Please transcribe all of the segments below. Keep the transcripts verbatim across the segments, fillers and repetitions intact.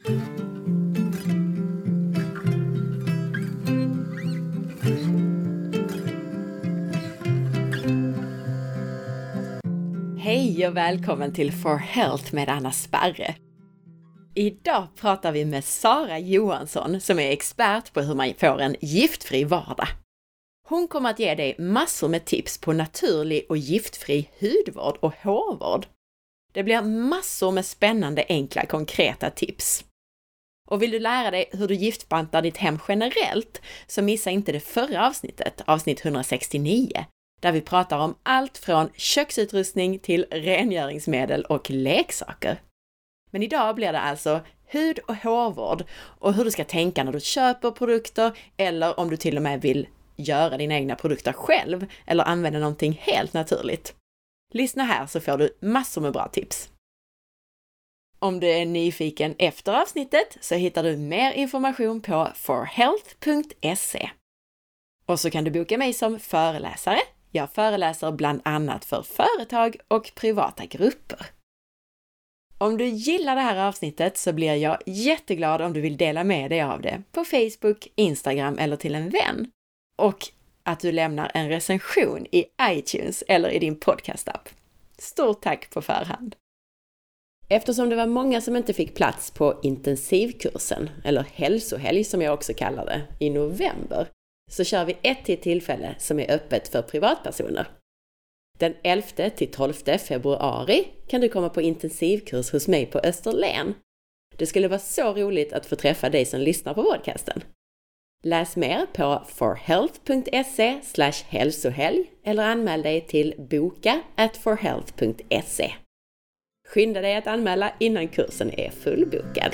Hej och välkommen till For Health med Anna Sparre. Idag pratar vi med Sara Johansson som är expert på hur man får en giftfri vardag. Hon kommer att ge dig massor med tips på naturlig och giftfri hudvård och hårvård. Det blir massor med spännande, enkla, konkreta tips. Och vill du lära dig hur du giftbantar ditt hem generellt så missa inte det förra avsnittet, avsnitt etthundrasextionio. Där vi pratar om allt från köksutrustning till rengöringsmedel och leksaker. Men idag blir det alltså hud- och hårvård och hur du ska tänka när du köper produkter eller om du till och med vill göra dina egna produkter själv eller använda någonting helt naturligt. Lyssna här så får du massor med bra tips. Om du är nyfiken efter avsnittet så hittar du mer information på for health punkt se. Och så kan du boka mig som föreläsare. Jag föreläser bland annat för företag och privata grupper. Om du gillar det här avsnittet så blir jag jätteglad om du vill dela med dig av det på Facebook, Instagram eller till en vän. Och att du lämnar en recension i iTunes eller i din podcastapp. Stort tack på förhand! Eftersom det var många som inte fick plats på intensivkursen, eller hälsohelg som jag också kallar det, i november, så kör vi ett till tillfälle som är öppet för privatpersoner. Den elfte till tolfte februari kan du komma på intensivkurs hos mig på Österlen. Det skulle vara så roligt att få träffa dig som lyssnar på podcasten. Läs mer på for health punkt se slash hälsohelg eller anmäl dig till boka at for health punkt se. Skynda dig att anmäla innan kursen är fullbokad.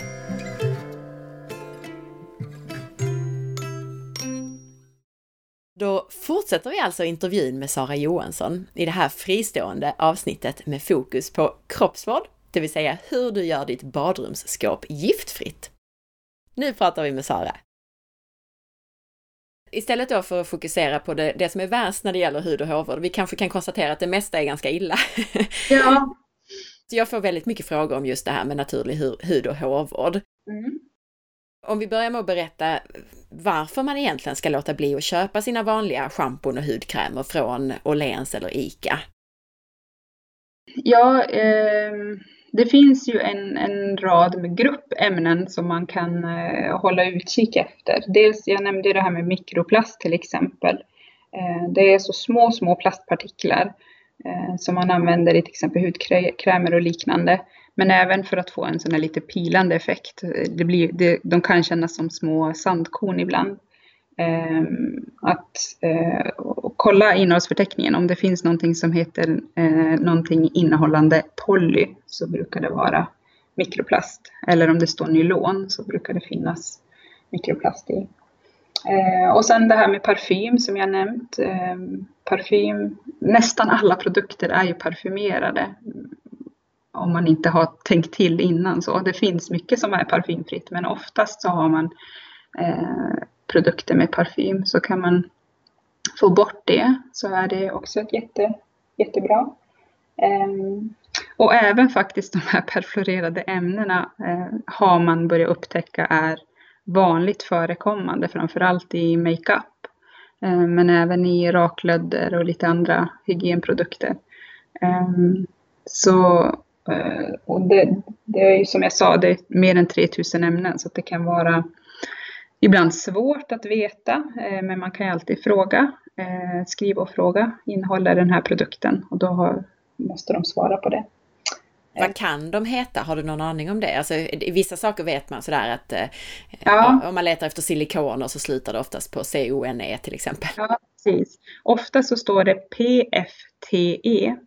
Då fortsätter vi alltså intervjun med Sara Johansson i det här fristående avsnittet med fokus på kroppsvård, det vill säga hur du gör ditt badrumsskåp giftfritt. Nu pratar vi med Sara. Istället då för att fokusera på det, det som är värst när det gäller hud- och hårvård, vi kanske kan konstatera att det mesta är ganska illa. Ja. Så jag får väldigt mycket frågor om just det här med naturlig hud- och hårvård. Mm. Om vi börjar med att berätta varför man egentligen ska låta bli att köpa sina vanliga schampon och hudkrämer från Åhléns eller ICA. Ja, eh, det finns ju en, en rad med gruppämnen som man kan eh, hålla utkik efter. Dels, jag nämnde det här med mikroplast till exempel. Eh, det är så små, små plastpartiklar eh, som man använder i till exempel hudkrämer och liknande. Men även för att få en sån här lite pilande effekt. Det blir, det, de kan kännas som små sandkorn ibland. Eh, att eh, kolla innehållsförteckningen. Om det finns någonting som heter eh, någonting innehållande poly så brukar det vara mikroplast. Eller om det står nylon så brukar det finnas mikroplast i. Eh, och sen det här med parfym som jag nämnt. Eh, parfym, nästan alla produkter är ju parfymerade. Om man inte har tänkt till innan så. Det finns mycket som är parfymfritt. Men oftast så har man eh, produkter med parfym. Så kan man få bort det. Så är det också ett jätte, jättebra. Eh, och även faktiskt de här perfluorerade ämnena eh, har man börjat upptäcka är vanligt förekommande. Framförallt i makeup. Eh, men även i raklödder och lite andra hygienprodukter. Eh, så... Och det, det är ju som jag sa, det är mer än tre tusen ämnen så att det kan vara ibland svårt att veta. Men man kan ju alltid fråga, skriva och fråga, innehåller den här produkten? Och då har, måste de svara på det. Vad kan de heta? Har du någon aning om det? Alltså, vissa saker vet man sådär att ja. Om man letar efter silikoner så slutar det oftast på C O N E till exempel. Ja, precis. Ofta så står det P F T E.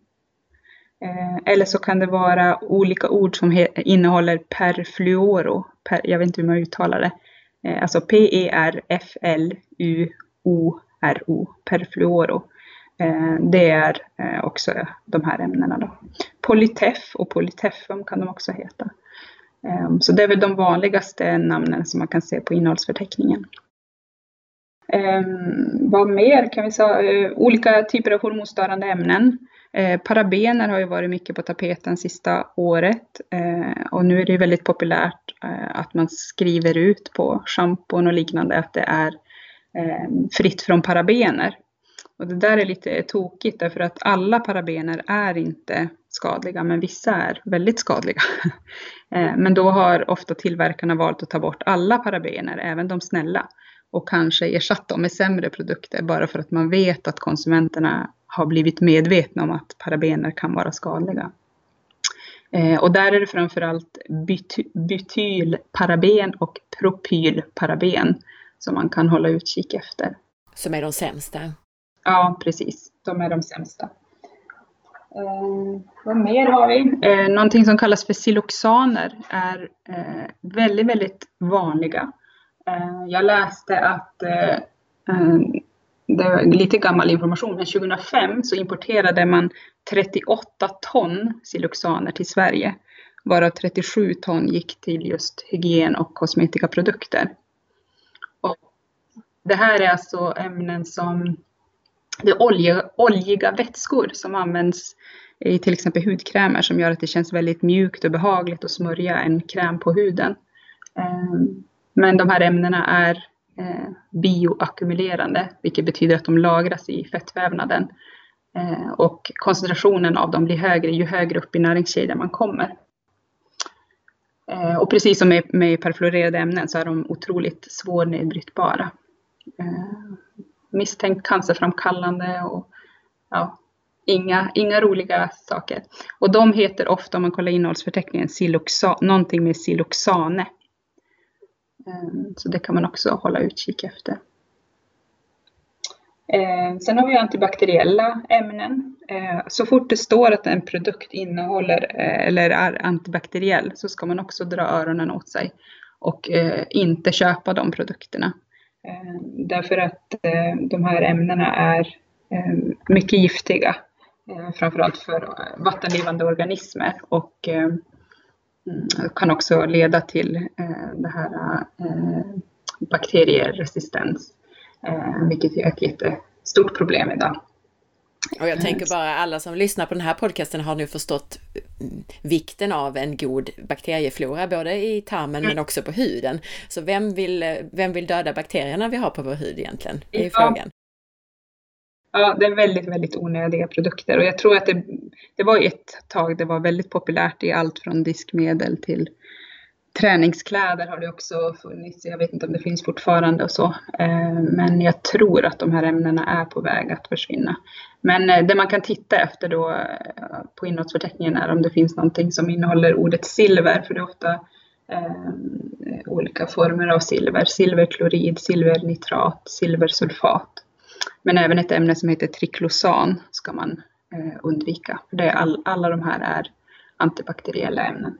Eller så kan det vara olika ord som he- innehåller perfluoro. Per, jag vet inte hur man uttalar det. Alltså P E R F L U O R O. Perfluoro. Det är också de här ämnena då. Polyteff och polyteffum kan de också heta. Så det är väl de vanligaste namnen som man kan se på innehållsförteckningen. Um, vad mer kan vi säga? Uh, olika typer av hormonstörande ämnen. Eh, parabener har ju varit mycket på tapeten sista året. Eh, och nu är det väldigt populärt eh, att man skriver ut på schampon och liknande att det är eh, fritt från parabener. Och det där är lite tokigt därför att alla parabener är inte skadliga, men vissa är väldigt skadliga. Men då har ofta tillverkarna valt att ta bort alla parabener, även de snälla, och kanske ersatt dem med sämre produkter bara för att man vet att konsumenterna har blivit medvetna om att parabener kan vara skadliga. Och där är det framförallt buty- butylparaben och propylparaben som man kan hålla utkik efter. Som är de sämsta? Ja, precis. De är de sämsta. Eh, vad mer har vi? Eh, någonting som kallas för siloxaner är eh, väldigt, väldigt vanliga. Eh, jag läste att, eh, eh, det är lite gammal information, men tjugohundrafem så importerade man trettioåtta ton siloxaner till Sverige. Varav trettiosju ton gick till just hygien- och kosmetikaprodukter. Och det här är alltså ämnen som det är olje, oljiga vätskor som används i till exempel hudkrämer som gör att det känns väldigt mjukt och behagligt att smörja en kräm på huden. Men de här ämnena är bioackumulerande, vilket betyder att de lagras i fettvävnaden. Och koncentrationen av dem blir högre ju högre upp i näringskedjan man kommer. Och precis som med, med perfluorerade ämnen så är de otroligt svårnedbrytbara. Misstänkt cancerframkallande och ja, inga, inga roliga saker. Och de heter ofta, om man kollar innehållsförteckningen, siloxa, någonting med siloxane. Så det kan man också hålla utkik efter. Sen har vi antibakteriella ämnen. Så fort det står att en produkt innehåller eller är antibakteriell så ska man också dra öronen åt sig och inte köpa de produkterna. Därför att de här ämnena är mycket giftiga, framförallt för vattenlevande organismer, och kan också leda till det här bakterieresistens, vilket är ett jättestort problem idag. Och jag tänker bara, alla som lyssnar på den här podcasten har nu förstått vikten av en god bakterieflora både i tarmen men också på huden. Så vem vill, vem vill döda bakterierna vi har på vår hud egentligen? Det är ju frågan. Ja, det är väldigt, väldigt onödiga produkter. Och jag tror att det, det var ett tag det var väldigt populärt i allt från diskmedel till träningskläder har det också funnits. Jag vet inte om det finns fortfarande och så. Men jag tror att de här ämnena är på väg att försvinna. Men det man kan titta efter då på innehållsförteckningen är om det finns någonting som innehåller ordet silver. För det är ofta eh, olika former av silver. Silverklorid, silvernitrat, silversulfat. Men även ett ämne som heter triklosan ska man eh, undvika. För det är all, alla de här är antibakteriella ämnen.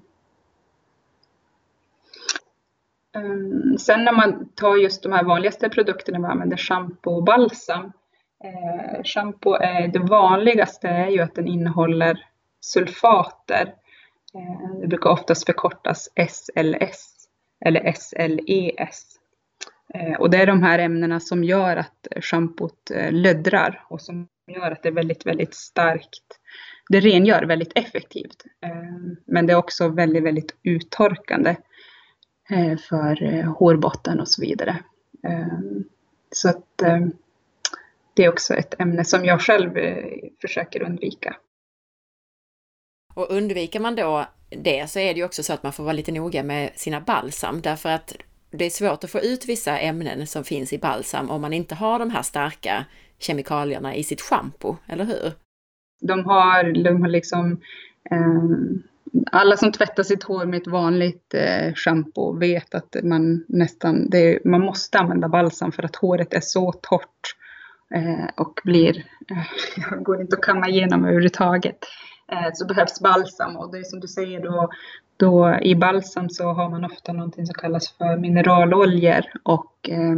Um, sen när man tar just de här vanligaste produkterna, man använder shampoo och balsam. Eh, shampoo är det vanligaste är ju att den innehåller sulfater. Eh, det brukar oftast förkortas S L S eller S L E S. Eh, och det är de här ämnena som gör att shampoot eh, löddrar och som gör att det är väldigt, väldigt starkt. Det rengör väldigt effektivt. Eh, men det är också väldigt, väldigt uttorkande för hårbotten och så vidare. Så att det är också ett ämne som jag själv försöker undvika. Och undviker man då det så är det ju också så att man får vara lite noga med sina balsam, därför att det är svårt att få ut vissa ämnen som finns i balsam om man inte har de här starka kemikalierna i sitt shampoo, eller hur? De har, de har liksom um, alla som tvättar sitt hår med ett vanligt eh, shampoo vet att man nästan, det är, man måste använda balsam för att håret är så torrt eh, och blir, eh, jag går inte att kamma igenom överhuvudtaget. Eh, så behövs balsam, och det är som du säger då, då i balsam så har man ofta någonting som kallas för mineraloljor och eh,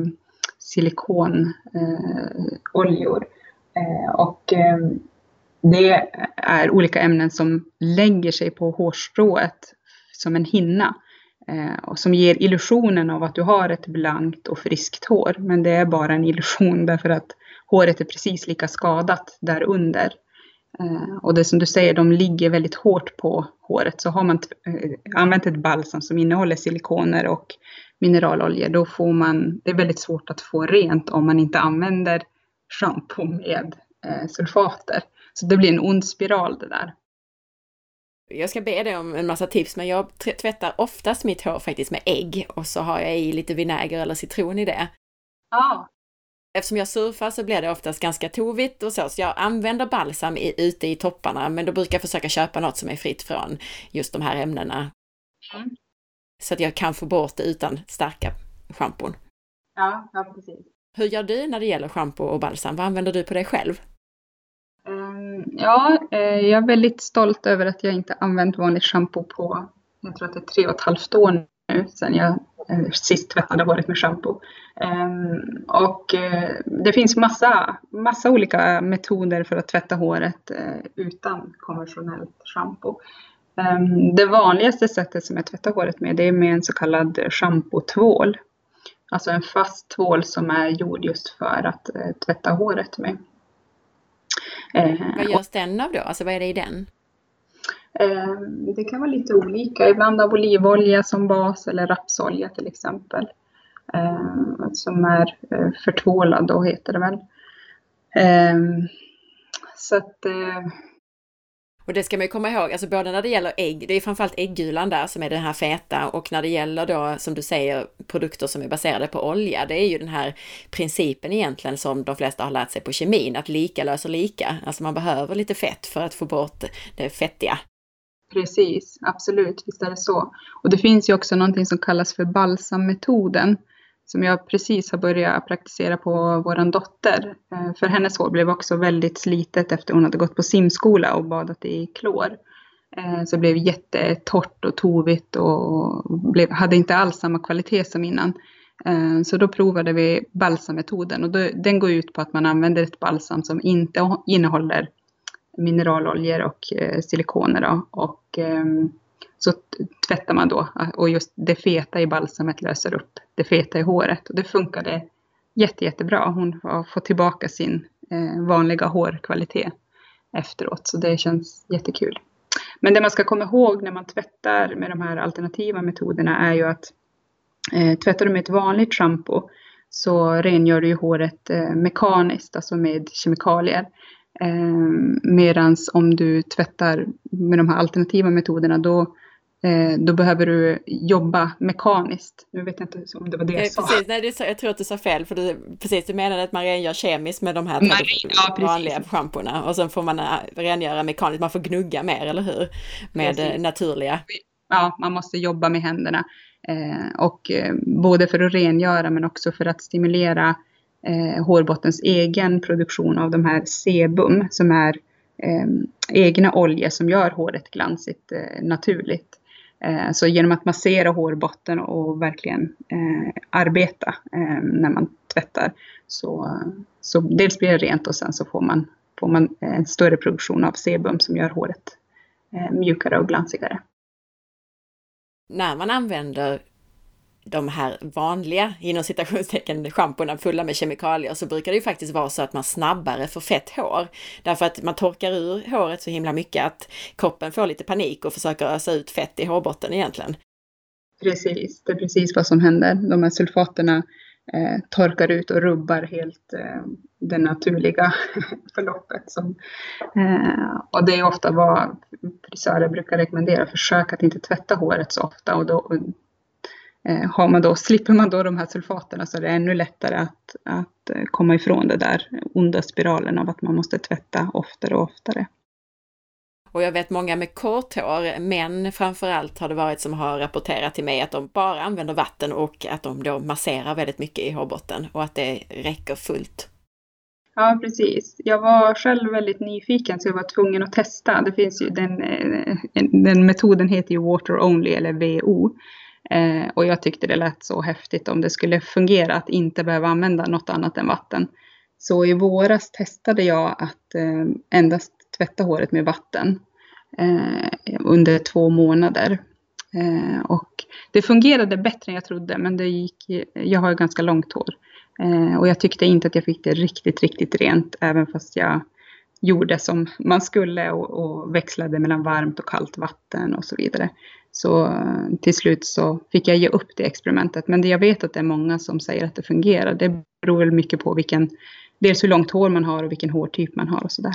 silikonoljor. Eh, och eh, Det är olika ämnen som lägger sig på hårstrået som en hinna. Eh, och som ger illusionen av att du har ett blankt och friskt hår. Men det är bara en illusion därför att håret är precis lika skadat där under. Eh, och det som du säger, de ligger väldigt hårt på håret. Så har man t- eh, använt ett balsam som innehåller silikoner och mineraloljor, då får man, det är väldigt svårt att få rent om man inte använder shampoo med eh, sulfater. Så det blir en ond spiral det där. Jag ska be dig om en massa tips, men jag tvättar oftast mitt hår faktiskt med ägg och så har jag i lite vinäger eller citron i det. Ja. Eftersom jag surfar så blir det oftast ganska tovigt och så, så jag använder balsam i, ute i topparna, men då brukar jag försöka köpa något som är fritt från just de här ämnena. Mm. Så att jag kan få bort det utan starka schampon. Ja, ja, precis. Hur gör du när det gäller shampoo och balsam? Vad använder du på dig själv? Um, ja, eh, jag är väldigt stolt över att jag inte använt vanligt shampoo på, jag tror att det är tre och ett halvt år nu sedan jag eh, sist tvättade håret med shampoo. Um, och eh, det finns massa, massa olika metoder för att tvätta håret eh, utan konventionellt shampoo. Um, det vanligaste sättet som jag tvättar håret med, det är med en så kallad shampoo-tvål. Alltså en fast tvål som är gjord just för att eh, tvätta håret med. Eh, vad görs den av då? Alltså vad är det i den? Eh, det kan vara lite olika. Ibland av olivolja som bas eller rapsolja till exempel. Eh, som är eh, förtvålad då heter det väl. Eh, så att... Eh, Och det ska man ju komma ihåg, alltså både när det gäller ägg, det är framförallt äggulan där som är den här feta, och när det gäller då, som du säger, produkter som är baserade på olja, det är ju den här principen egentligen som de flesta har lärt sig på kemin, att lika löser lika. Alltså man behöver lite fett för att få bort det fettiga. Precis, absolut, visst är det så. Och det finns ju också någonting som kallas för balsammetoden, som jag precis har börjat praktisera på våran dotter. För hennes hår blev också väldigt slitet efter hon hade gått på simskola och badat i klor. Så det blev jättetorrt och tovigt och blev, hade inte alls samma kvalitet som innan. Så då provade vi balsammetoden, och då, den går ut på att man använder ett balsam som inte innehåller mineraloljor och silikoner då, och så tvättar man då, och just det feta i balsamet löser upp det feta i håret. Och det funkade jätte, jättebra. Hon har fått tillbaka sin eh, vanliga hårkvalitet efteråt. Så det känns jättekul. Men det man ska komma ihåg när man tvättar med de här alternativa metoderna är ju att eh, tvättar du med ett vanligt shampoo så rengör du ju håret eh, mekaniskt, alltså med kemikalier. Eh, medans om du tvättar med de här alternativa metoderna då Eh, då behöver du jobba mekaniskt. Nu vet jag inte om det var det jag sa. Precis, nej, det så, jag tror att du sa fel. För du, precis, du menade att man rengör kemiskt med de här Nej, ja, vanliga schamporna. Och sen får man rengöra mekaniskt. Man får gnugga mer, eller hur? Med precis. Naturliga. Ja, man måste jobba med händerna. Eh, och eh, både för att rengöra men också för att stimulera eh, hårbottens egen produktion av de här sebum. Som är eh, egna oljor som gör håret glansigt eh, naturligt. Så genom att massera hårbotten och verkligen eh, arbeta eh, när man tvättar så, så dels blir det rent och sen så får man, får man en större produktion av sebum som gör håret eh, mjukare och glansigare. När man använder de här vanliga, inom citationstecken, schamporna fulla med kemikalier, så brukar det ju faktiskt vara så att man snabbare får fett hår. Därför att man torkar ur håret så himla mycket att kroppen får lite panik och försöker ösa ut fett i hårbotten egentligen. Precis, det är precis vad som händer. De här sulfaterna eh, torkar ut och rubbar helt eh, det naturliga förloppet. Som, eh, och det är ofta vad frisörer brukar rekommendera. Försök att inte tvätta håret så ofta, och då Har man då, slipper man då de här sulfaterna så är det ännu lättare att, att komma ifrån det där onda spiralen av att man måste tvätta oftare och oftare. Och jag vet många med kort hår, män framförallt har det varit, som har rapporterat till mig att de bara använder vatten och att de då masserar väldigt mycket i hårbotten och att det räcker fullt. Ja, precis. Jag var själv väldigt nyfiken så jag var tvungen att testa. Det finns ju den, den metoden heter ju water only eller V O. Eh, och jag tyckte det lät så häftigt om det skulle fungera att inte behöva använda något annat än vatten. Så i våras testade jag att eh, endast tvätta håret med vatten eh, under två månader. Eh, och det fungerade bättre än jag trodde, men det gick, jag har ganska långt hår. Eh, och jag tyckte inte att jag fick det riktigt, riktigt rent även fast jag gjorde som man skulle och, och växlade mellan varmt och kallt vatten och så vidare. Så till slut så fick jag ge upp det experimentet. Men det, jag vet att det är många som säger att det fungerar. Det beror väl mycket på vilken, dels hur långt hår man har och vilken hårtyp man har och sådär.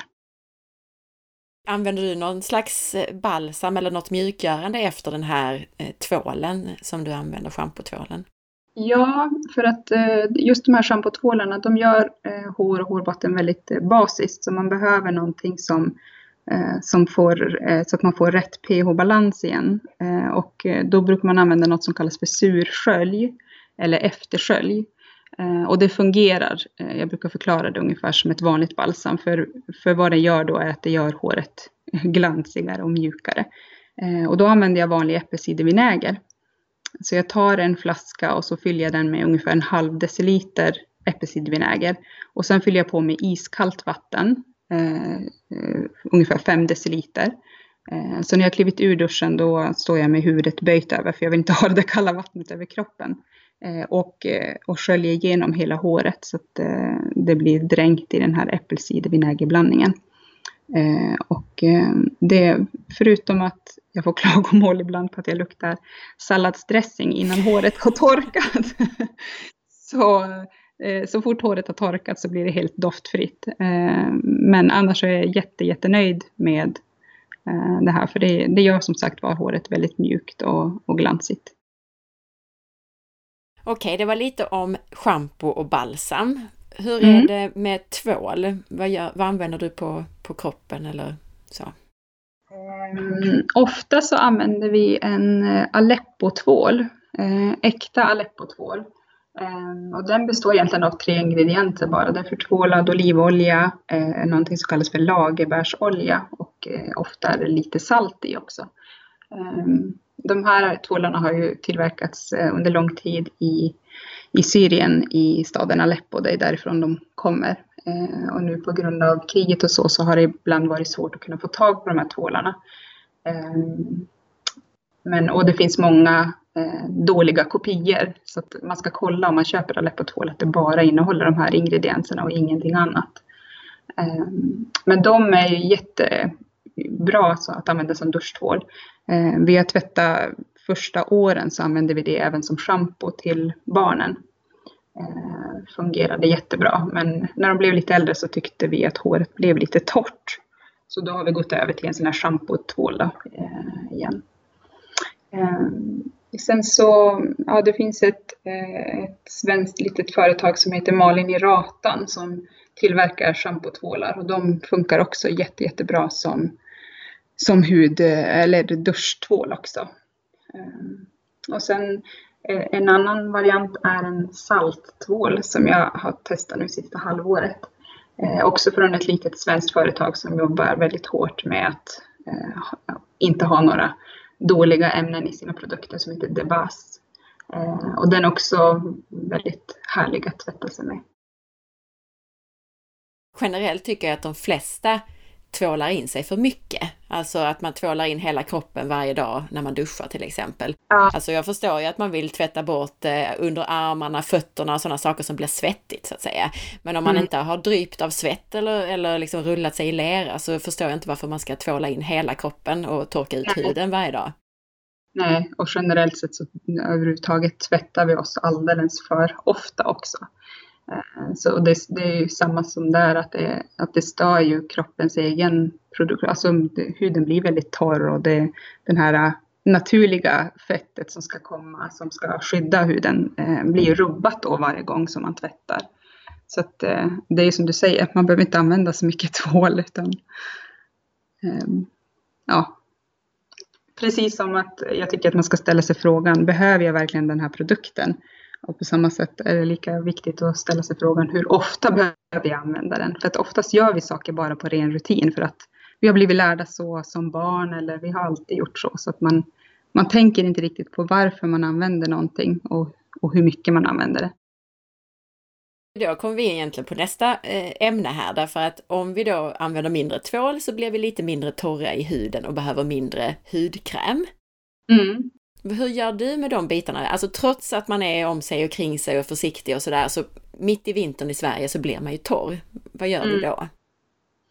Använder du någon slags balsam eller något mjukgörande efter den här eh, tvålen som du använder, schampotvålen? Ja, för att eh, just de här schampotvålarna, de gör eh, hår och hårbotten väldigt eh, basiskt. Så man behöver någonting som, eh, som får, eh, så att man får rätt pH-balans igen. Eh, och eh, då brukar man använda något som kallas för surskölj eller efterskölj. Eh, och det fungerar, eh, jag brukar förklara det ungefär som ett vanligt balsam. För, för vad det gör då är att det gör håret glansigare och mjukare. Eh, och då använder jag vanlig äppelcidervinäger. Så jag tar en flaska och så fyller jag den med ungefär en halv deciliter äppelcidervinäger. Och sen fyller jag på med iskallt vatten, eh, ungefär fem deciliter. Eh, så när jag har klivit ur duschen då står jag med huvudet böjt över, för jag vill inte ha det där kalla vattnet över kroppen. Eh, och, och sköljer igenom hela håret så att eh, det blir dränkt i den här äppelcidervinägerblandningen. Eh, och eh, det, förutom att jag får klagomål ibland på att jag luktar salladsdressing innan håret har torkat. så, eh, så fort håret har torkat så blir det helt doftfritt. Eh, men annars är jag jätte, jättenöjd med eh, det här. För det, det gör som sagt var håret väldigt mjukt och, och glansigt. Okej, det var lite om shampoo och balsam. Hur Mm. är det med tvål? Vad, gör, vad använder du på, på kroppen eller så? Um, ofta så använder vi en uh, Aleppo-tvål, uh, äkta Aleppo-tvål. Um, och den består egentligen av tre ingredienser bara. Det är förtvålad olivolja, uh, någonting som kallas för lagerbärsolja och uh, ofta är det lite salt i också. Um, de här tvålarna har ju tillverkats uh, under lång tid i, i Syrien, i staden Aleppo, det är därifrån de kommer. Eh, och nu på grund av kriget och så, så har det ibland varit svårt att kunna få tag på de här tvålarna. Eh, men, och det finns många eh, dåliga kopior, så att man ska kolla om man köper Aleppo-tvål att det bara innehåller de här ingredienserna och ingenting annat. Eh, men de är ju jättebra så att använda som duschtvål. Eh, vi har tvättat första åren så använder vi det även som shampoo till barnen. Eh, fungerade jättebra, men när de blev lite äldre så tyckte vi att håret blev lite torrt, så då har vi gått över till en sån här shampoo-tvål eh, igen. Eh, sen så, ja, det finns ett, eh, ett svenskt litet företag som heter Malin i Ratan som tillverkar shampoo-tvålar, och de funkar också jätte, jättebra som, som hud eller duschtvål också. Eh, och sen en annan variant är en salttvål som jag har testat nu sista halvåret. Eh, också från ett litet svenskt företag som jobbar väldigt hårt med att eh, inte ha några dåliga ämnen i sina produkter, som heter Debas. Eh, och den är också väldigt härlig att tvätta sig med. Generellt tycker jag att de flesta tvålar in sig för mycket. Alltså att man tvålar in hela kroppen varje dag när man duschar till exempel. Ja. Alltså jag förstår ju att man vill tvätta bort eh, under armarna, fötterna och sådana saker som blir svettigt så att säga. Men om man Mm. inte har drypt av svett eller, eller liksom rullat sig i lera, så förstår jag inte varför man ska tvåla in hela kroppen och torka ut Nej. huden varje dag. Nej, och generellt sett så överhuvudtaget tvättar vi oss alldeles för ofta också. Så det, det är ju samma som där, att det, att det stör ju kroppens egen produktion. Alltså det, huden blir väldigt torr, och det, den här naturliga fettet som ska komma, som ska skydda huden, eh, blir ju rubbat då varje gång som man tvättar. Så att eh, det är som du säger, man behöver inte använda så mycket tvål, utan eh, ja. Precis som att jag tycker att man ska ställa sig frågan, behöver jag verkligen den här produkten? Och på samma sätt är det lika viktigt att ställa sig frågan, hur ofta behöver jag använda den? För att oftast gör vi saker bara på ren rutin, för att vi har blivit lärda så som barn, eller vi har alltid gjort så. Så att man, man tänker inte riktigt på varför man använder någonting och, och hur mycket man använder det. Då kommer vi egentligen på nästa eh, ämne här, därför att om vi då använder mindre tvål så blir vi lite mindre torra i huden och behöver mindre hudkräm. Mm. Hur gör du med de bitarna? Alltså trots att man är om sig och kring sig och försiktig och sådär, så mitt i vintern i Sverige så blir man ju torr. Vad gör mm. du då?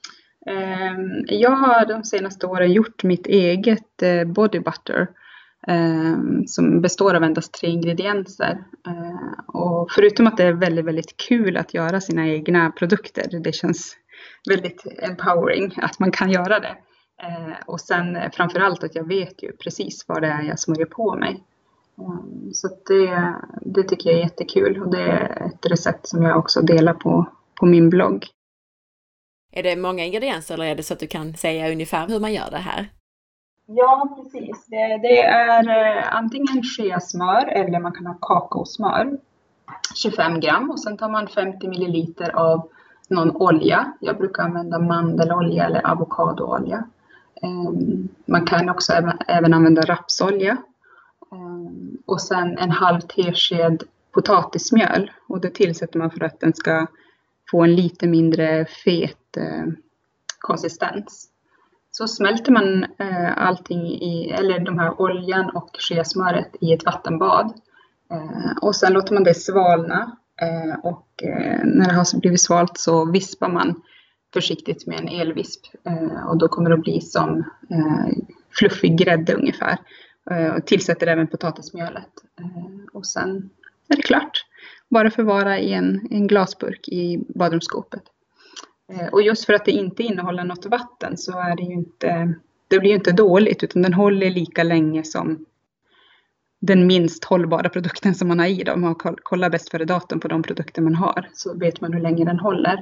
Um, jag har de senaste åren gjort mitt eget uh, body butter. Um, som består av endast tre ingredienser. Uh, och förutom att det är väldigt, väldigt kul att göra sina egna produkter. Det känns väldigt empowering att man kan göra det. Uh, och sen uh, framförallt att jag vet ju precis vad det är jag smörjer på mig. Um, så det, det tycker jag är jättekul. Och det är ett recept som jag också delar på, på min blogg. Är det många ingredienser eller är det så att du kan säga ungefär hur man gör det här? Ja, precis. Det, det är eh, antingen skeasmör eller man kan ha kakaosmör. tjugofem gram och sen tar man femtio milliliter av någon olja. Jag brukar använda mandelolja eller avokadoolja. Eh, man kan också även, även använda rapsolja. Eh, och sen en halv tesked potatismjöl. Och det tillsätter man för att den ska få en lite mindre fet eh, konsistens. Så smälter man eh, allting i, eller de här oljan och skeasmöret i ett vattenbad. Eh, och sen låter man det svalna. Eh, och eh, när det har blivit svalt så vispar man försiktigt med en elvisp. Eh, och då kommer det att bli som eh, fluffig grädde ungefär. Eh, och tillsätter även potatismjölet. Eh, och sen är det klart. Bara förvara i en, en glasburk i badrumsskåpet. Och just för att det inte innehåller något vatten så är det ju inte, det blir ju inte dåligt utan den håller lika länge som den minst hållbara produkten som man har i dem. Man kollar bäst före datum på de produkter man har så vet man hur länge den håller.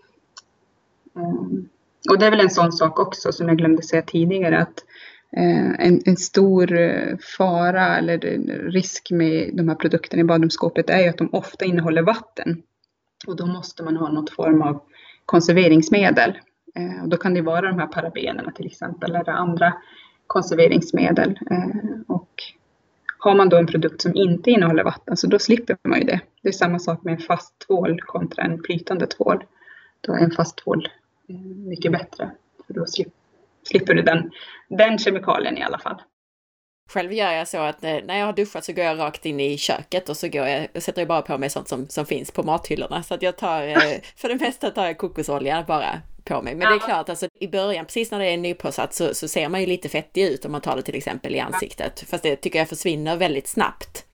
Och det är väl en sån sak också som jag glömde säga tidigare att en, en stor fara eller risk med de här produkterna i badrumsskåpet är ju att de ofta innehåller vatten. Och då måste man ha något form av konserveringsmedel. Eh, och då kan det vara de här parabenerna till exempel eller andra konserveringsmedel. Eh, och har man då en produkt som inte innehåller vatten så då slipper man ju det. Det är samma sak med en fast tvål kontra en flytande tvål. Då är en fast tvål eh, mycket bättre. För då slipper, slipper du den, den kemikalien i alla fall. Själv gör jag så att när jag har duschat så går jag rakt in i köket och så går jag, jag sätter jag bara på mig sånt som, som finns på mathyllorna. Så att jag tar, för det mesta tar jag kokosolja bara på mig. Men det är klart, alltså, i början, precis när det är nypåsatt så, så ser man ju lite fettig ut om man tar det till exempel i ansiktet. Fast det tycker jag försvinner väldigt snabbt.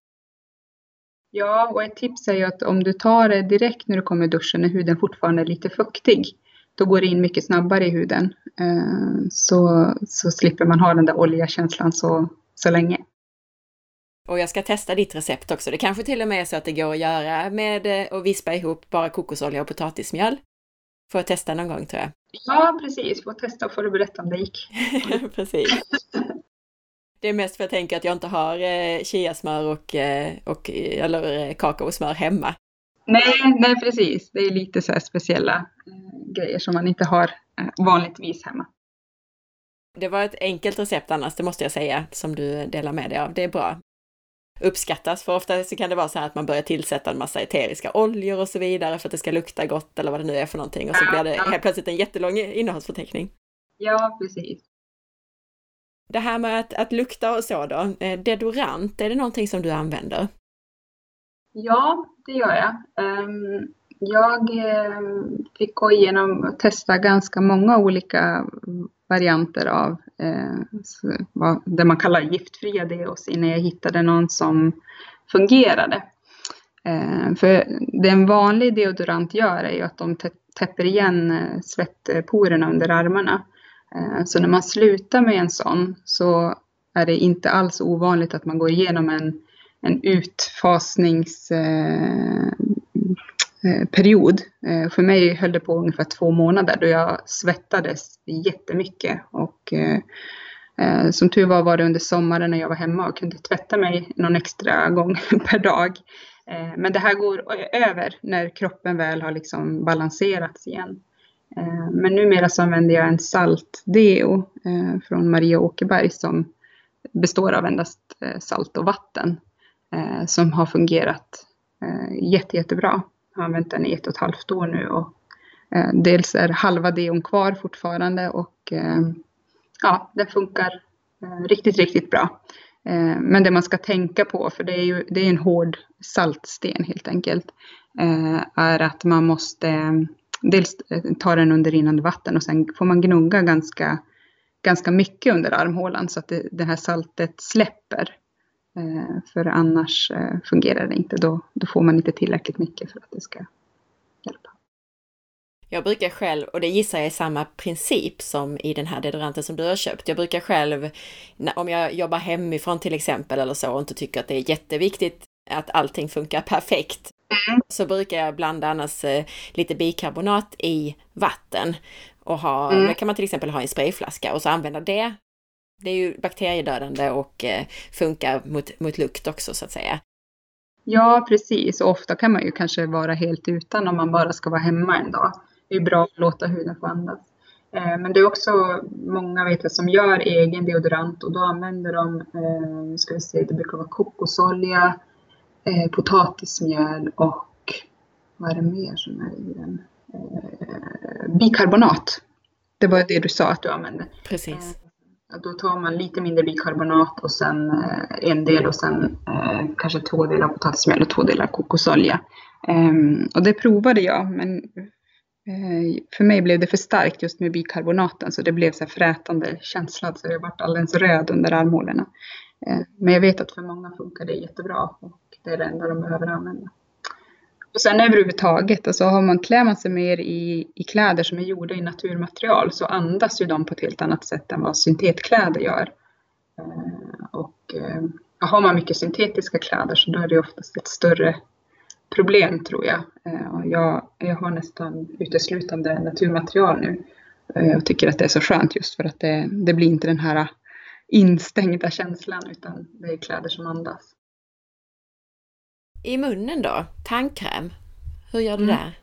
Ja, och ett tips är ju att om du tar det direkt när du kommer i duschen när huden fortfarande är lite fuktig. Då går det in mycket snabbare i huden. Så, så slipper man ha den där oljekänslan så så länge. Och jag ska testa ditt recept också. Det kanske till och med är så att det går att göra med att vispa ihop bara kokosolja och potatismjöl. Får jag testa någon gång tror jag. Ja, precis. Får testa och får du berätta om det gick. Precis. Det är mest för att jag tänker att jag inte har eh, chiasmör och, eh, och, eller kakaosmör hemma. Nej, nej, precis. Det är lite så här speciella eh, grejer som man inte har eh, vanligtvis hemma. Det var ett enkelt recept annars, det måste jag säga, som du delar med dig av. Det är bra. Uppskattas, för ofta så kan det vara så här att man börjar tillsätta en massa eteriska oljor och så vidare för att det ska lukta gott eller vad det nu är för någonting. Och så blir det helt plötsligt en jättelång innehållsförteckning. Ja, precis. Det här med att, att lukta och så då, deodorant, är det någonting som du använder? Ja, det gör jag. Um... Jag fick gå igenom och testa ganska många olika varianter av eh, vad, det man kallar giftfria deos innan jag hittade någon som fungerade. Eh, för det en vanlig deodorant gör är ju att de täpper igen svettporerna under armarna. Eh, så när man slutar med en sån så är det inte alls ovanligt att man går igenom en, en utfasnings... Eh, period. För mig höll det på ungefär två månader då jag svettades jättemycket och eh, som tur var var det under sommaren när jag var hemma och kunde tvätta mig någon extra gång per dag. Eh, men det här går över när kroppen väl har liksom balanserats igen. Eh, men numera så använder jag en saltdeo eh, från Maria Åkerberg som består av endast eh, salt och vatten eh, som har fungerat eh, jätte, jättebra. Jag har använt den i ett och ett halvt år nu och eh, dels är halva deon kvar fortfarande och eh, ja, den funkar eh, riktigt, riktigt bra. Eh, men det man ska tänka på, för det är ju det är en hård saltsten helt enkelt, eh, är att man måste dels ta den under rinnande vatten och sen får man gnugga ganska, ganska mycket under armhålan så att det, det här saltet släpper. Eh, för annars eh, fungerar det inte. Då, då får man inte tillräckligt mycket för att det ska hjälpa. Jag brukar själv, och det gissar jag är samma princip som i den här deodoranten som du har köpt. Jag brukar själv, om jag jobbar hemifrån till exempel eller så och inte tycker att det är jätteviktigt att allting funkar perfekt. Mm. Så brukar jag blanda annars eh, lite bikarbonat i vatten. Och ha, mm. kan man till exempel ha en sprayflaska och så använda det. Det är ju bakteriedödande och eh, funkar mot, mot lukt också så att säga. Ja, precis. Och ofta kan man ju kanske vara helt utan om man bara ska vara hemma en dag. Det är bra att låta huden få andas. Eh, men det är också många vet jag, som gör egen deodorant och då använder de, eh, ska vi se, det brukar vara kokosolja, eh, potatismjöl och vad är det mer som är i den? Eh, bikarbonat. Det var det du sa att du använde. Precis. Eh, Då tar man lite mindre bikarbonat och sen eh, en del och sen eh, kanske två delar potatismjöl och två delar kokosolja. Um, och det provade jag, men eh, för mig blev det för starkt just med bikarbonaten så det blev så här frätande känsla så jag vart alldeles röd under armhålorna. Eh, men jag vet att för många funkar det jättebra och det är det enda de behöver använda. Och sen överhuvudtaget, alltså har man klär man sig mer i, i kläder som är gjorda i naturmaterial så andas ju de på ett helt annat sätt än vad syntetkläder gör. Eh, och eh, har man mycket syntetiska kläder så då är det oftast ett större problem tror jag. Eh, och jag, jag har nästan uteslutande naturmaterial nu. Eh, och tycker att det är så skönt just för att det, det blir inte den här instängda känslan utan det är kläder som andas. I munnen då? Tandkräm. Hur gör du mm. där?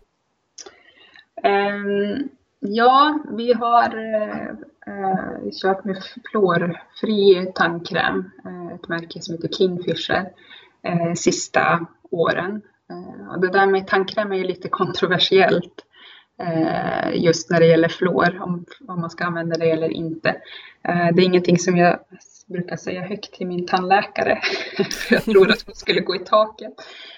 Um, ja, vi har uh, kört med fluorfri tandkräm. Uh, ett märke som heter Kingfisher. Uh, sista åren. Uh, och det där med tandkräm är ju lite kontroversiellt. Uh, just när det gäller fluor. Om, om man ska använda det eller inte. Uh, det är ingenting som jag brukar säga högt till min tandläkare. För jag tror att hon skulle gå i taket.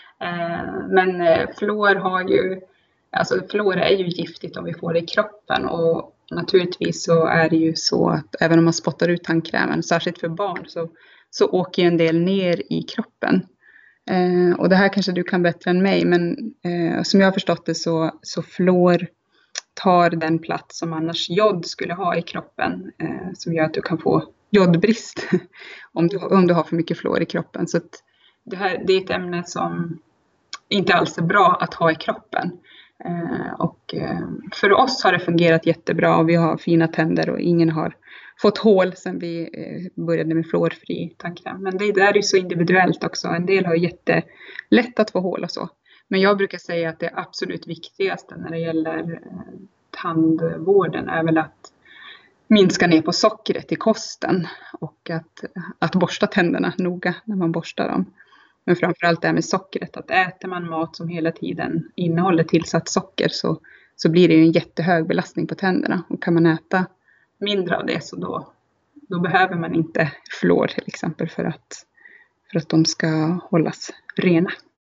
Men fluor har ju, alltså fluor är ju giftigt om vi får det i kroppen. Och naturligtvis så är det ju så att även om man spottar ut tandkrämen, särskilt för barn, så, så åker ju en del ner i kroppen. Och det här kanske du kan bättre än mig. Men som jag har förstått det så, så fluor tar den plats som annars jod skulle ha i kroppen. Som gör att du kan få jodbrist om du, om du har för mycket fluor i kroppen. Så att det, här, det är ett ämne som inte alls är bra att ha i kroppen. Eh, och eh, för oss har det fungerat jättebra och vi har fina tänder och ingen har fått hål sedan vi eh, började med fluorfri tandkräm. Men det där är ju så individuellt också. En del har jättelätt att få hål och så. Men jag brukar säga att det absolut viktigaste när det gäller eh, tandvården är väl att minska ner på sockret i kosten och att, att borsta tänderna noga när man borstar dem. Men framförallt det här med sockret, att äter man mat som hela tiden innehåller tillsatt socker så, så blir det ju en jättehög belastning på tänderna. Och kan man äta mindre av det så då, då behöver man inte fluor till exempel för att, för att de ska hållas rena.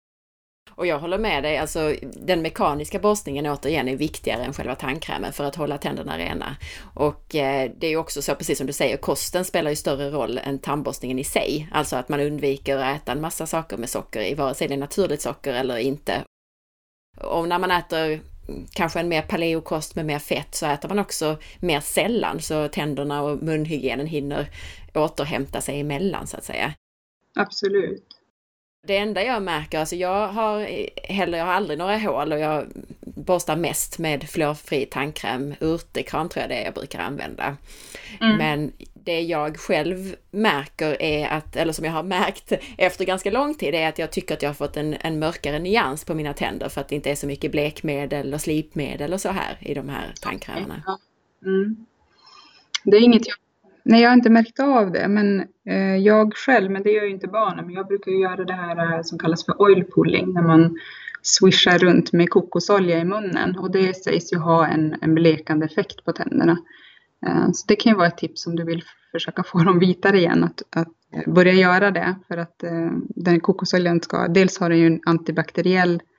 Och jag håller med dig, alltså den mekaniska borstningen återigen är viktigare än själva tandkrämen för att hålla tänderna rena. Och eh, det är ju också så, precis som du säger, kosten spelar ju större roll än tandborstningen i sig. Alltså att man undviker att äta en massa saker med socker i, vare sig det är naturligt socker eller inte. Och när man äter kanske en mer paleokost med mer fett så äter man också mer sällan så tänderna och munhygienen hinner återhämta sig emellan så att säga. Absolut. Det enda jag märker, alltså jag har heller, jag har aldrig några hål och jag borstar mest med fluorfri tandkräm, urtekran tror jag det är jag brukar använda. Mm. Men det jag själv märker är att, eller som jag har märkt efter ganska lång tid, är att jag tycker att jag har fått en, en mörkare nyans på mina tänder för att det inte är så mycket blekmedel och slipmedel och så här i de här tandkrämerna. Mm. Det är inget jag Nej, jag har inte märkt av det, men eh, jag själv, men det gör ju inte barnen, men jag brukar göra det här eh, som kallas för oil pulling, när man swishar runt med kokosolja i munnen och det sägs ju ha en, en blekande effekt på tänderna. Eh, så det kan ju vara ett tips om du vill försöka få dem vitare igen, att, att börja göra det, för att eh, den kokosoljan ska, dels har den ju en antibakteriell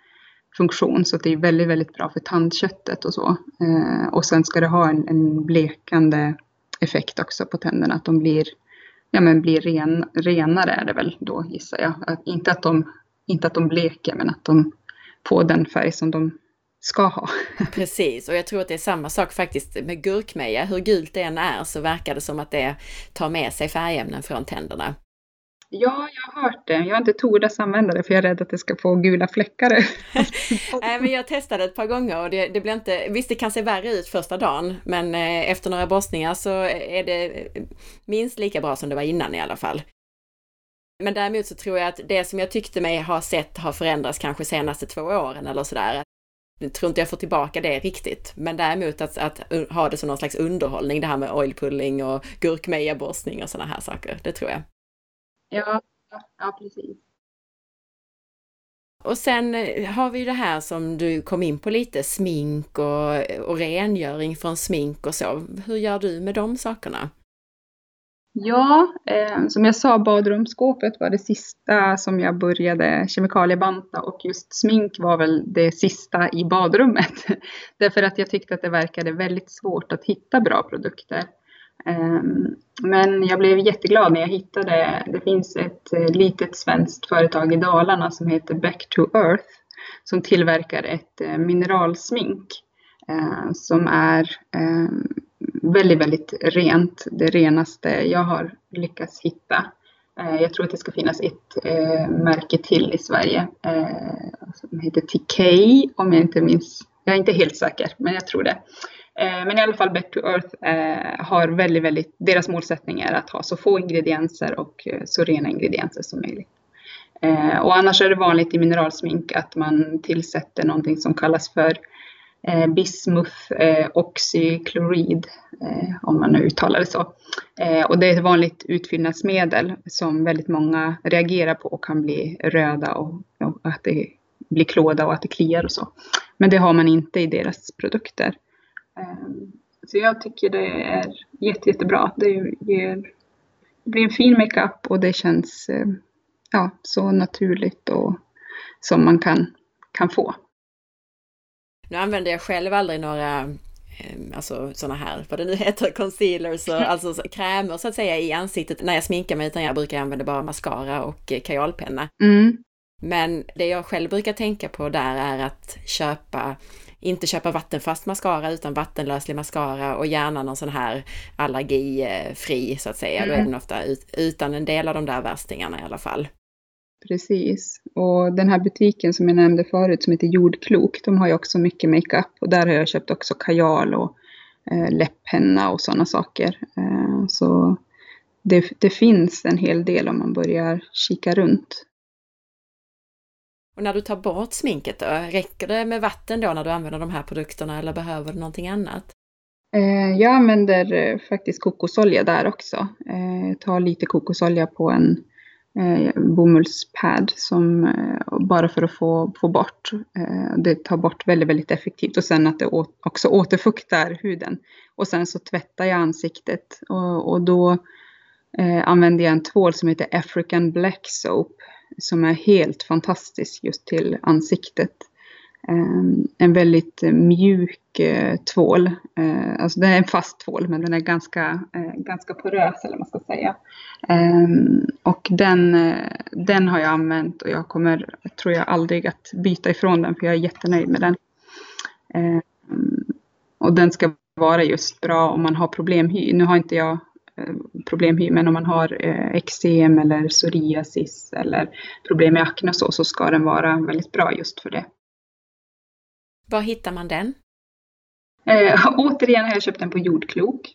funktion, så att det är väldigt, väldigt bra för tandköttet och så. Eh, och sen ska det ha en, en blekande effekt också på tänderna, att de blir, ja, men blir ren, renare är det väl då, gissar jag. Att, inte, att de, inte att de bleker, men att de får den färg som de ska ha. Precis, och jag tror att det är samma sak faktiskt med gurkmeja. Hur gult det än är så verkar det som att det tar med sig färgämnen från tänderna. Ja, jag har hört det. Jag har inte tordas använda det för jag är rädd att det ska få gula fläckar. Nej, men jag testade ett par gånger och det, det blir inte, visst det kan se värre ut första dagen, men eh, efter några borstningar så är det minst lika bra som det var innan i alla fall. Men däremot så tror jag att det som jag tyckte mig ha sett har förändrats kanske senaste två åren eller sådär. Jag tror inte jag får tillbaka det riktigt, men däremot att, att ha det som någon slags underhållning, det här med oil pulling och gurkmejaborstning och sådana här saker, det tror jag. Ja, ja, precis. Och sen har vi det här som du kom in på lite, smink och, och rengöring från smink och så. Hur gör du med de sakerna? Ja, eh, som jag sa, badrumsskåpet var det sista som jag började kemikaliebanta, och just smink var väl det sista i badrummet. Därför att jag tyckte att det verkade väldigt svårt att hitta bra produkter. Eh, men jag blev jätteglad när jag hittade, det finns ett eh, litet svenskt företag i Dalarna som heter Back to Earth, som tillverkar ett eh, mineralsmink eh, som är eh, väldigt, väldigt rent. Det renaste jag har lyckats hitta. Eh, jag tror att det ska finnas ett eh, märke till i Sverige. Eh, som heter T K, om jag inte minns. Jag är inte helt säker, men jag tror det. Eh, men i alla fall Back to Earth eh, har väldigt, väldigt, deras målsättning är att ha så få ingredienser och eh, så rena ingredienser som möjligt. Eh, och annars är det vanligt i mineralsmink att man tillsätter någonting som kallas för Eh, bismuth eh, oxyklorid, eh, om man nu uttalar det så. Eh, och det är ett vanligt utfyllnadsmedel som väldigt många reagerar på och kan bli röda och, och att det blir klåda och att det kliar och så. Men det har man inte i deras produkter. Eh, så jag tycker det är jätte, jättebra. Det, ger, det blir en fin makeup och det känns eh, ja, så naturligt och som man kan, kan få. Nu använder jag själv aldrig några alltså sådana här, vad det nu heter, concealers och alltså krämer så att säga i ansiktet när jag sminkar mig, utan jag brukar använda bara mascara och kajalpenna. Mm. Men det jag själv brukar tänka på där är att köpa, inte köpa vattenfast mascara utan vattenlöslig mascara och gärna någon sån här allergifri så att säga. Mm. Då är den ofta ut, utan en del av de där värstingarna i alla fall. Precis, och den här butiken som jag nämnde förut som heter Jordklok, de har ju också mycket makeup och där har jag köpt också kajal och eh, läpppenna och sådana saker. Eh, så det, det finns en hel del om man börjar kika runt. Och när du tar bort sminket då, räcker det med vatten då när du använder de här produkterna eller behöver du någonting annat? Eh, jag använder eh, faktiskt kokosolja där också. Eh, jag tar lite kokosolja på en Eh, bomullspad som eh, bara för att få, få bort eh, det tar bort väldigt väldigt effektivt och sen att det å- också återfuktar huden och sen så tvättar jag ansiktet och, och då eh, använder jag en tvål som heter African Black Soap som är helt fantastisk just till ansiktet. Eh, en väldigt mjuk eh, tvål, eh, alltså det är en fast tvål men den är ganska, eh, ganska porös eller vad man ska säga. Eh, och den, eh, den har jag använt och jag kommer, tror jag aldrig att byta ifrån den för jag är jättenöjd med den. Eh, och den ska vara just bra om man har problemhy. Nu har inte jag eh, problemhy men om man har eh, eksem eller psoriasis eller problem med akne och så, så ska den vara väldigt bra just för det. Var hittar man den? Eh, återigen har jag köpt den på Jordklok.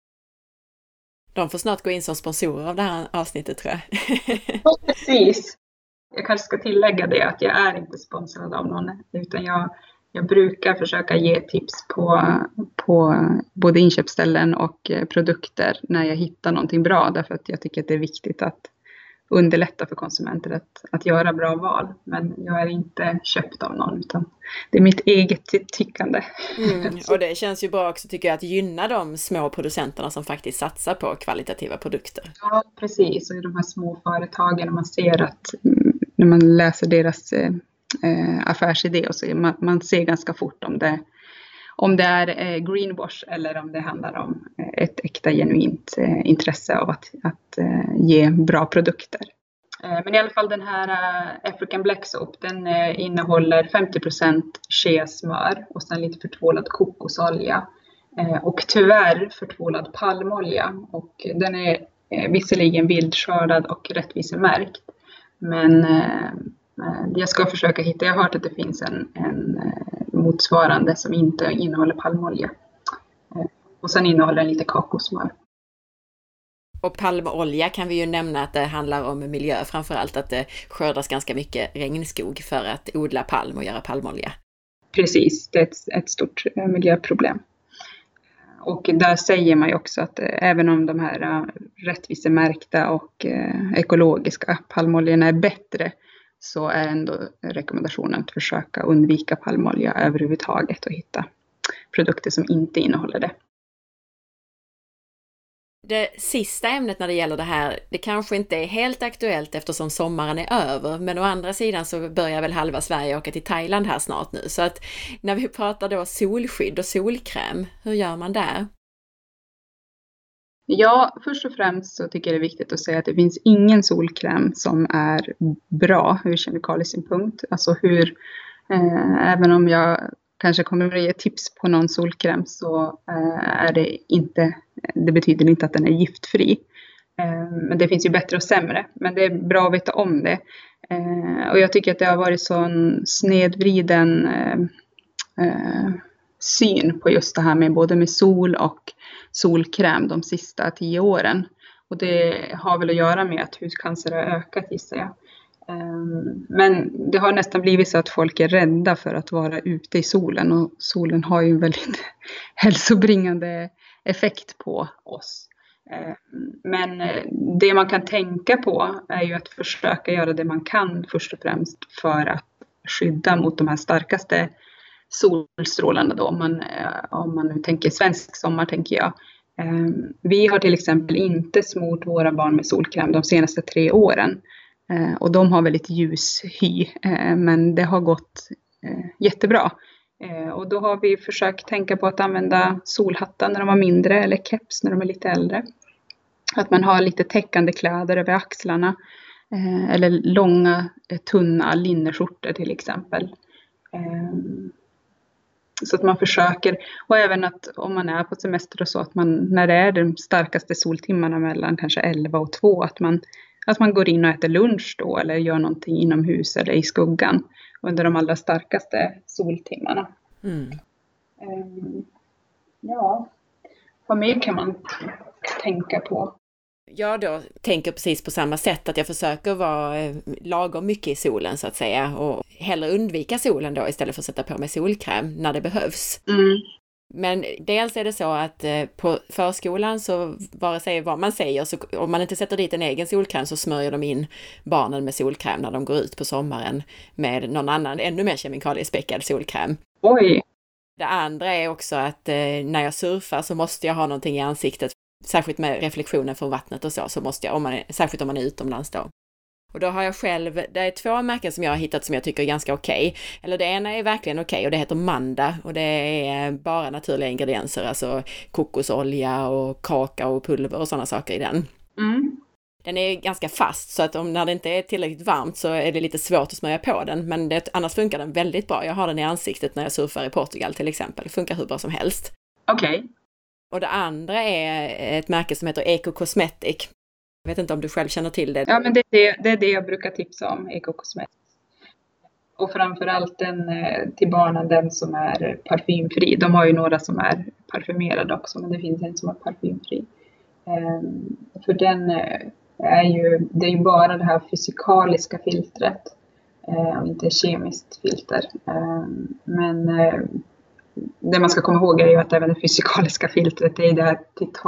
De får snart gå in som sponsorer av det här avsnittet tror jag. Ja, precis. Jag kanske ska tillägga det att jag är inte sponsrad av någon utan jag, jag brukar försöka ge tips på, på både inköpsställen och produkter när jag hittar någonting bra därför att jag tycker att det är viktigt att underlätta för konsumenter att, att göra bra val. Men jag är inte köpt av någon utan det är mitt eget tyckande. Mm, och det känns ju bra också tycker jag att gynna de små producenterna som faktiskt satsar på kvalitativa produkter. Ja, precis. Och i de här små företagen man ser att när man läser deras eh, affärsidé. Och så man, man ser ganska fort om det, om det är eh, greenwash eller om det handlar om eh, ett äkta genuint eh, intresse av att, att eh, ge bra produkter. Eh, men i alla fall den här eh, African Black Soap, den eh, innehåller femtio procent shea-smör och sen lite förtvålad kokosolja. Eh, och tyvärr förtvålad palmolja. Och den är eh, visserligen vildskördad och rättvisemärkt. Men eh, jag ska försöka hitta, jag har hört att det finns en, en motsvarande som inte innehåller palmolja. Och sen innehåller den lite kakosmör. Och palmolja kan vi ju nämna att det handlar om miljö, framförallt att det skördas ganska mycket regnskog för att odla palm och göra palmolja. Precis, det är ett, ett stort miljöproblem. Och där säger man ju också att även om de här rättvisemärkta och ekologiska palmoljorna är bättre, så är ändå rekommendationen att försöka undvika palmolja överhuvudtaget och hitta produkter som inte innehåller det. Det sista ämnet när det gäller det här, det kanske inte är helt aktuellt eftersom sommaren är över, men å andra sidan så börjar väl halva Sverige åka till Thailand här snart nu. Så att när vi pratar då solskydd och solkräm, hur gör man där? Ja, först och främst så tycker jag det är viktigt att säga att det finns ingen solkräm som är bra ur kemikaliesynpunkt. Alltså hur, eh, även om jag kanske kommer att ge tips på någon solkräm så eh, är det inte, det betyder inte att den är giftfri. Eh, men det finns ju bättre och sämre, men det är bra att veta om det. Eh, och jag tycker att det har varit sån snedvriden eh, eh, syn på just det här med både med sol och solkräm de sista tio åren. Och det har väl att göra med att hudcancer har ökat, gissar jag. Men det har nästan blivit så att folk är rädda för att vara ute i solen. Och solen har ju en väldigt hälsobringande effekt på oss. Men det man kan tänka på är ju att försöka göra det man kan först och främst för att skydda mot de här starkaste solstrålarna då, om man, om man nu tänker svensk sommar, tänker jag. Vi har till exempel inte smort våra barn med solkräm de senaste tre åren. Och de har väldigt ljus hy, men det har gått jättebra. Och då har vi försökt tänka på att använda solhattar när de var mindre eller keps när de är lite äldre. Att man har lite täckande kläder över axlarna eller långa tunna linneskjortor till exempel. Så att man försöker, och även att om man är på semester och så, att man när det är de starkaste soltimmarna mellan kanske elva och två, att man, att man går in och äter lunch då eller gör någonting inomhus eller i skuggan under de allra starkaste soltimmarna. Mm. Um, ja, vad mer kan man tänka på? Jag då tänker precis på samma sätt, att jag försöker vara lagom mycket i solen så att säga, och hellre undvika solen då istället för att sätta på mig solkräm när det behövs. Mm. Men dels är det så att på förskolan så vare sig vad man säger, så om man inte sätter dit en egen solkräm så smörjer de in barnen med solkräm när de går ut på sommaren med någon annan ännu mer kemikaliespäckad solkräm. Oj! Det andra är också att när jag surfar så måste jag ha någonting i ansiktet. Särskilt med reflektionen från vattnet och så, så måste jag, om man är, särskilt om man är utomlands då. Och då har jag själv, det är två märken som jag har hittat som jag tycker är ganska okej. Okay. Eller det ena är verkligen okej okay, och det heter Manda och det är bara naturliga ingredienser, alltså kokosolja och kakao och pulver och sådana saker i den. Mm. Den är ganska fast så att om, när det inte är tillräckligt varmt så är det lite svårt att smörja på den, men det, annars funkar den väldigt bra. Jag har den i ansiktet när jag surfar i Portugal till exempel. Det funkar hur bra som helst. Okej. Okay. Och det andra är ett märke som heter Eco Cosmetic. Jag vet inte om du själv känner till det. Ja, men det är det, det, är det jag brukar tipsa om, Eco Cosmetic. Och framförallt den till barnen, den som är parfymfri. De har ju några som är parfymerade också, men det finns en som är parfymfri. Um, för den är ju, det är ju bara det här fysikaliska filtret. Uh, och inte kemiskt filter. Um, men... Uh, Det man ska komma ihåg är ju att även det fysikaliska filtret är det här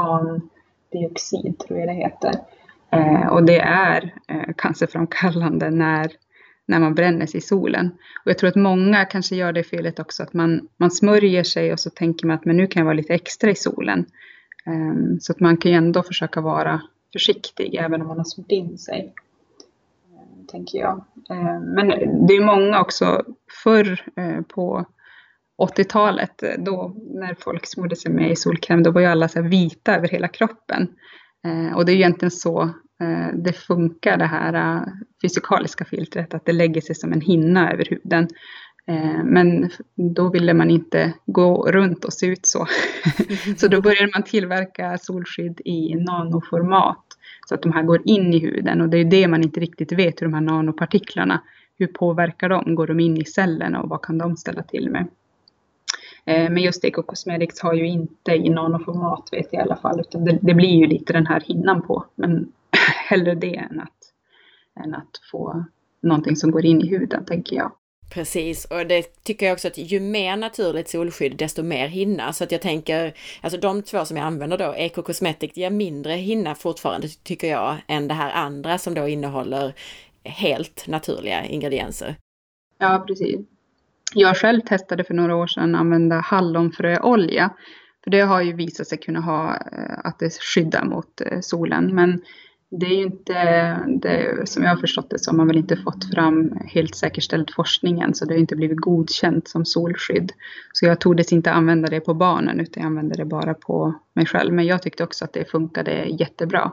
titandioxid, tror jag det heter. Eh, och det är eh, cancerframkallande när, när man bränner sig i solen. Och jag tror att många kanske gör det felet också, att man, man smörjer sig och så tänker man att men nu kan jag vara lite extra i solen. Eh, så att man kan ju ändå försöka vara försiktig även om man har smort in sig. tänker jag. Men det är många också förr på åttiotalet, då när folk smorde sig med i solkräm, då var ju alla så här vita över hela kroppen. Och det är ju egentligen så det funkar, det här fysikaliska filtret, att det lägger sig som en hinna över huden. Men då ville man inte gå runt och se ut så. Så då började man tillverka solskydd i nanoformat, så att de här går in i huden. Och det är det man inte riktigt vet, hur de här nanopartiklarna, hur påverkar de? Går de in i cellerna och vad kan de ställa till med? Men just Eco Cosmetics har ju inte i nanoformat, vet jag i alla fall. Utan det, det blir ju lite den här hinnan på. Men hellre det än att, än att få någonting som går in i huden, tänker jag. Precis, och det tycker jag också, att ju mer naturligt solskydd desto mer hinna. Så att jag tänker, alltså de två som jag använder då, Eco Cosmetics, ger mindre hinna fortfarande tycker jag än det här andra som då innehåller helt naturliga ingredienser. Ja, precis. Jag själv testade för några år sedan att använda hallonfröolja. För det har ju visat sig kunna ha, att det skyddar mot solen. Men det är ju inte, det, som jag har förstått det, så har man väl inte fått fram helt säkerställd forskningen. Så det har inte blivit godkänt som solskydd. Så jag tog det inte använda det på barnen, utan jag använde det bara på mig själv. Men jag tyckte också att det funkade jättebra.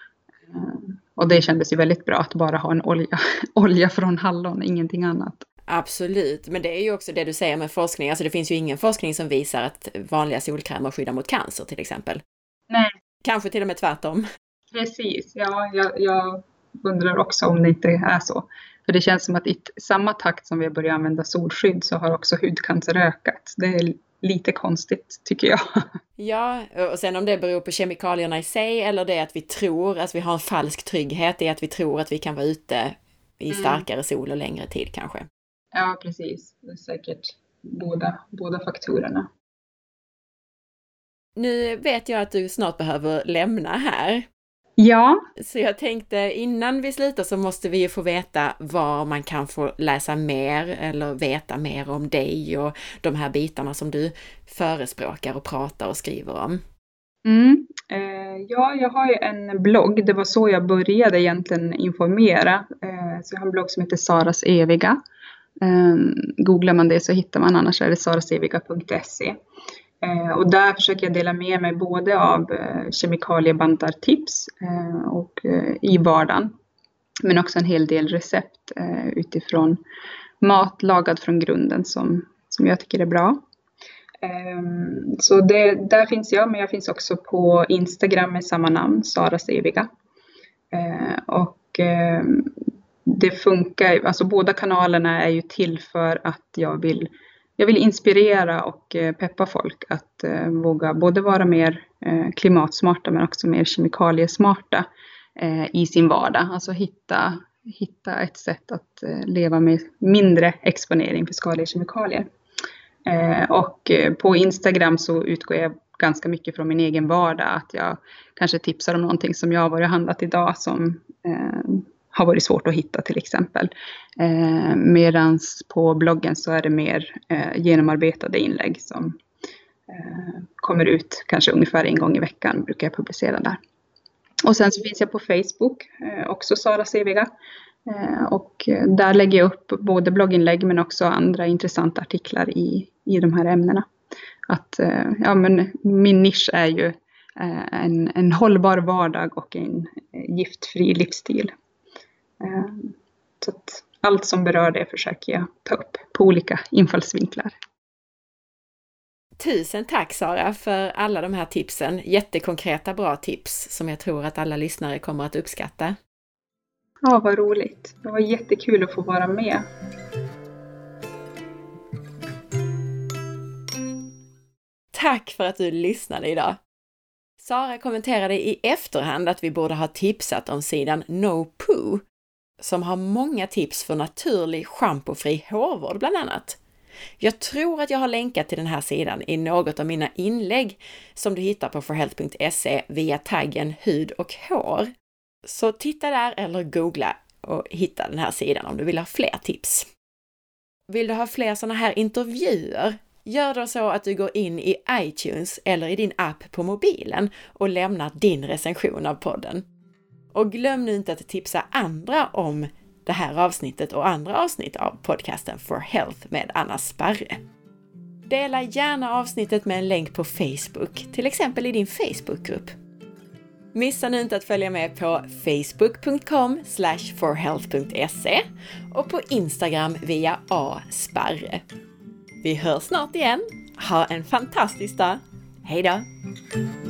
Och det kändes ju väldigt bra att bara ha en olja, olja från hallon, ingenting annat. Absolut, men det är ju också det du säger med forskning. Alltså det finns ju ingen forskning som visar att vanliga solkrämer skyddar mot cancer till exempel. Nej. Kanske till och med tvärtom. Precis, ja, jag, jag undrar också om det inte är så. För det känns som att i samma takt som vi börjar använda solskydd så har också hudcancer ökat. Det är lite konstigt tycker jag. Ja, och sen om det beror på kemikalierna i sig eller det att vi tror, alltså vi har en falsk trygghet i att vi tror att vi kan vara ute i starkare mm. sol och längre tid kanske. Ja, precis. Det är säkert båda, båda faktorerna. Nu vet jag att du snart behöver lämna här. Ja. Så jag tänkte innan vi slutar så måste vi ju få veta var man kan få läsa mer eller veta mer om dig och de här bitarna som du förespråkar och pratar och skriver om. Mm. Eh, ja, jag har ju en blogg. Det var så jag började egentligen informera. Eh, så jag har en blogg som heter Saras eviga. Eh, googlar man det så hittar man, annars är det saraseviga punkt se. Eh, och där försöker jag dela med mig både av eh, kemikaliebantartips eh, och eh, i vardagen. Men också en hel del recept eh, utifrån mat lagad från grunden som, som jag tycker är bra. Eh, så det, där finns jag, men jag finns också på Instagram med samma namn, Saras eviga. Eh, och eh, det funkar, alltså båda kanalerna är ju till för att jag vill Jag vill inspirera och peppa folk att eh, våga både vara mer eh, klimatsmarta men också mer kemikaliesmarta eh, i sin vardag. Alltså hitta, hitta ett sätt att eh, leva med mindre exponering för skadliga kemikalier. Eh, och eh, på Instagram så utgår jag ganska mycket från min egen vardag. Att jag kanske tipsar om någonting som jag har varit och handlat idag som eh, har varit svårt att hitta till exempel. Eh, medans på bloggen så är det mer eh, genomarbetade inlägg som eh, kommer ut kanske ungefär en gång i veckan, brukar jag publicera där. Och sen så finns jag på Facebook, eh, också Saras eviga. Eh, och där lägger jag upp både blogginlägg men också andra intressanta artiklar i, i de här ämnena. Att, eh, ja, men min nisch är ju eh, en, en hållbar vardag och en eh, giftfri livsstil. Så att allt som berör det försöker jag ta upp på olika infallsvinklar. Tusen tack Sara för alla de här tipsen. Jättekonkreta bra tips som jag tror att alla lyssnare kommer att uppskatta. Ja, vad roligt. Det var jättekul att få vara med. Tack för att du lyssnade idag. Sara kommenterade i efterhand att vi borde ha tipsat om sidan NoPoo, som har många tips för naturlig schampofri hårvård bland annat. Jag tror att jag har länkat till den här sidan i något av mina inlägg som du hittar på forhealth punkt se via taggen hud och hår. Så titta där eller googla och hitta den här sidan om du vill ha fler tips. Vill du ha fler sådana här intervjuer? Gör då så att du går in i iTunes eller i din app på mobilen och lämnar din recension av podden. Och glöm nu inte att tipsa andra om det här avsnittet och andra avsnitt av podcasten For Health med Anna Sparre. Dela gärna avsnittet med en länk på Facebook, till exempel i din Facebookgrupp. Missa nu inte att följa med på facebook punkt com slash forhealth punkt se och på Instagram via asparre. Vi hörs snart igen. Ha en fantastisk dag. Hej då!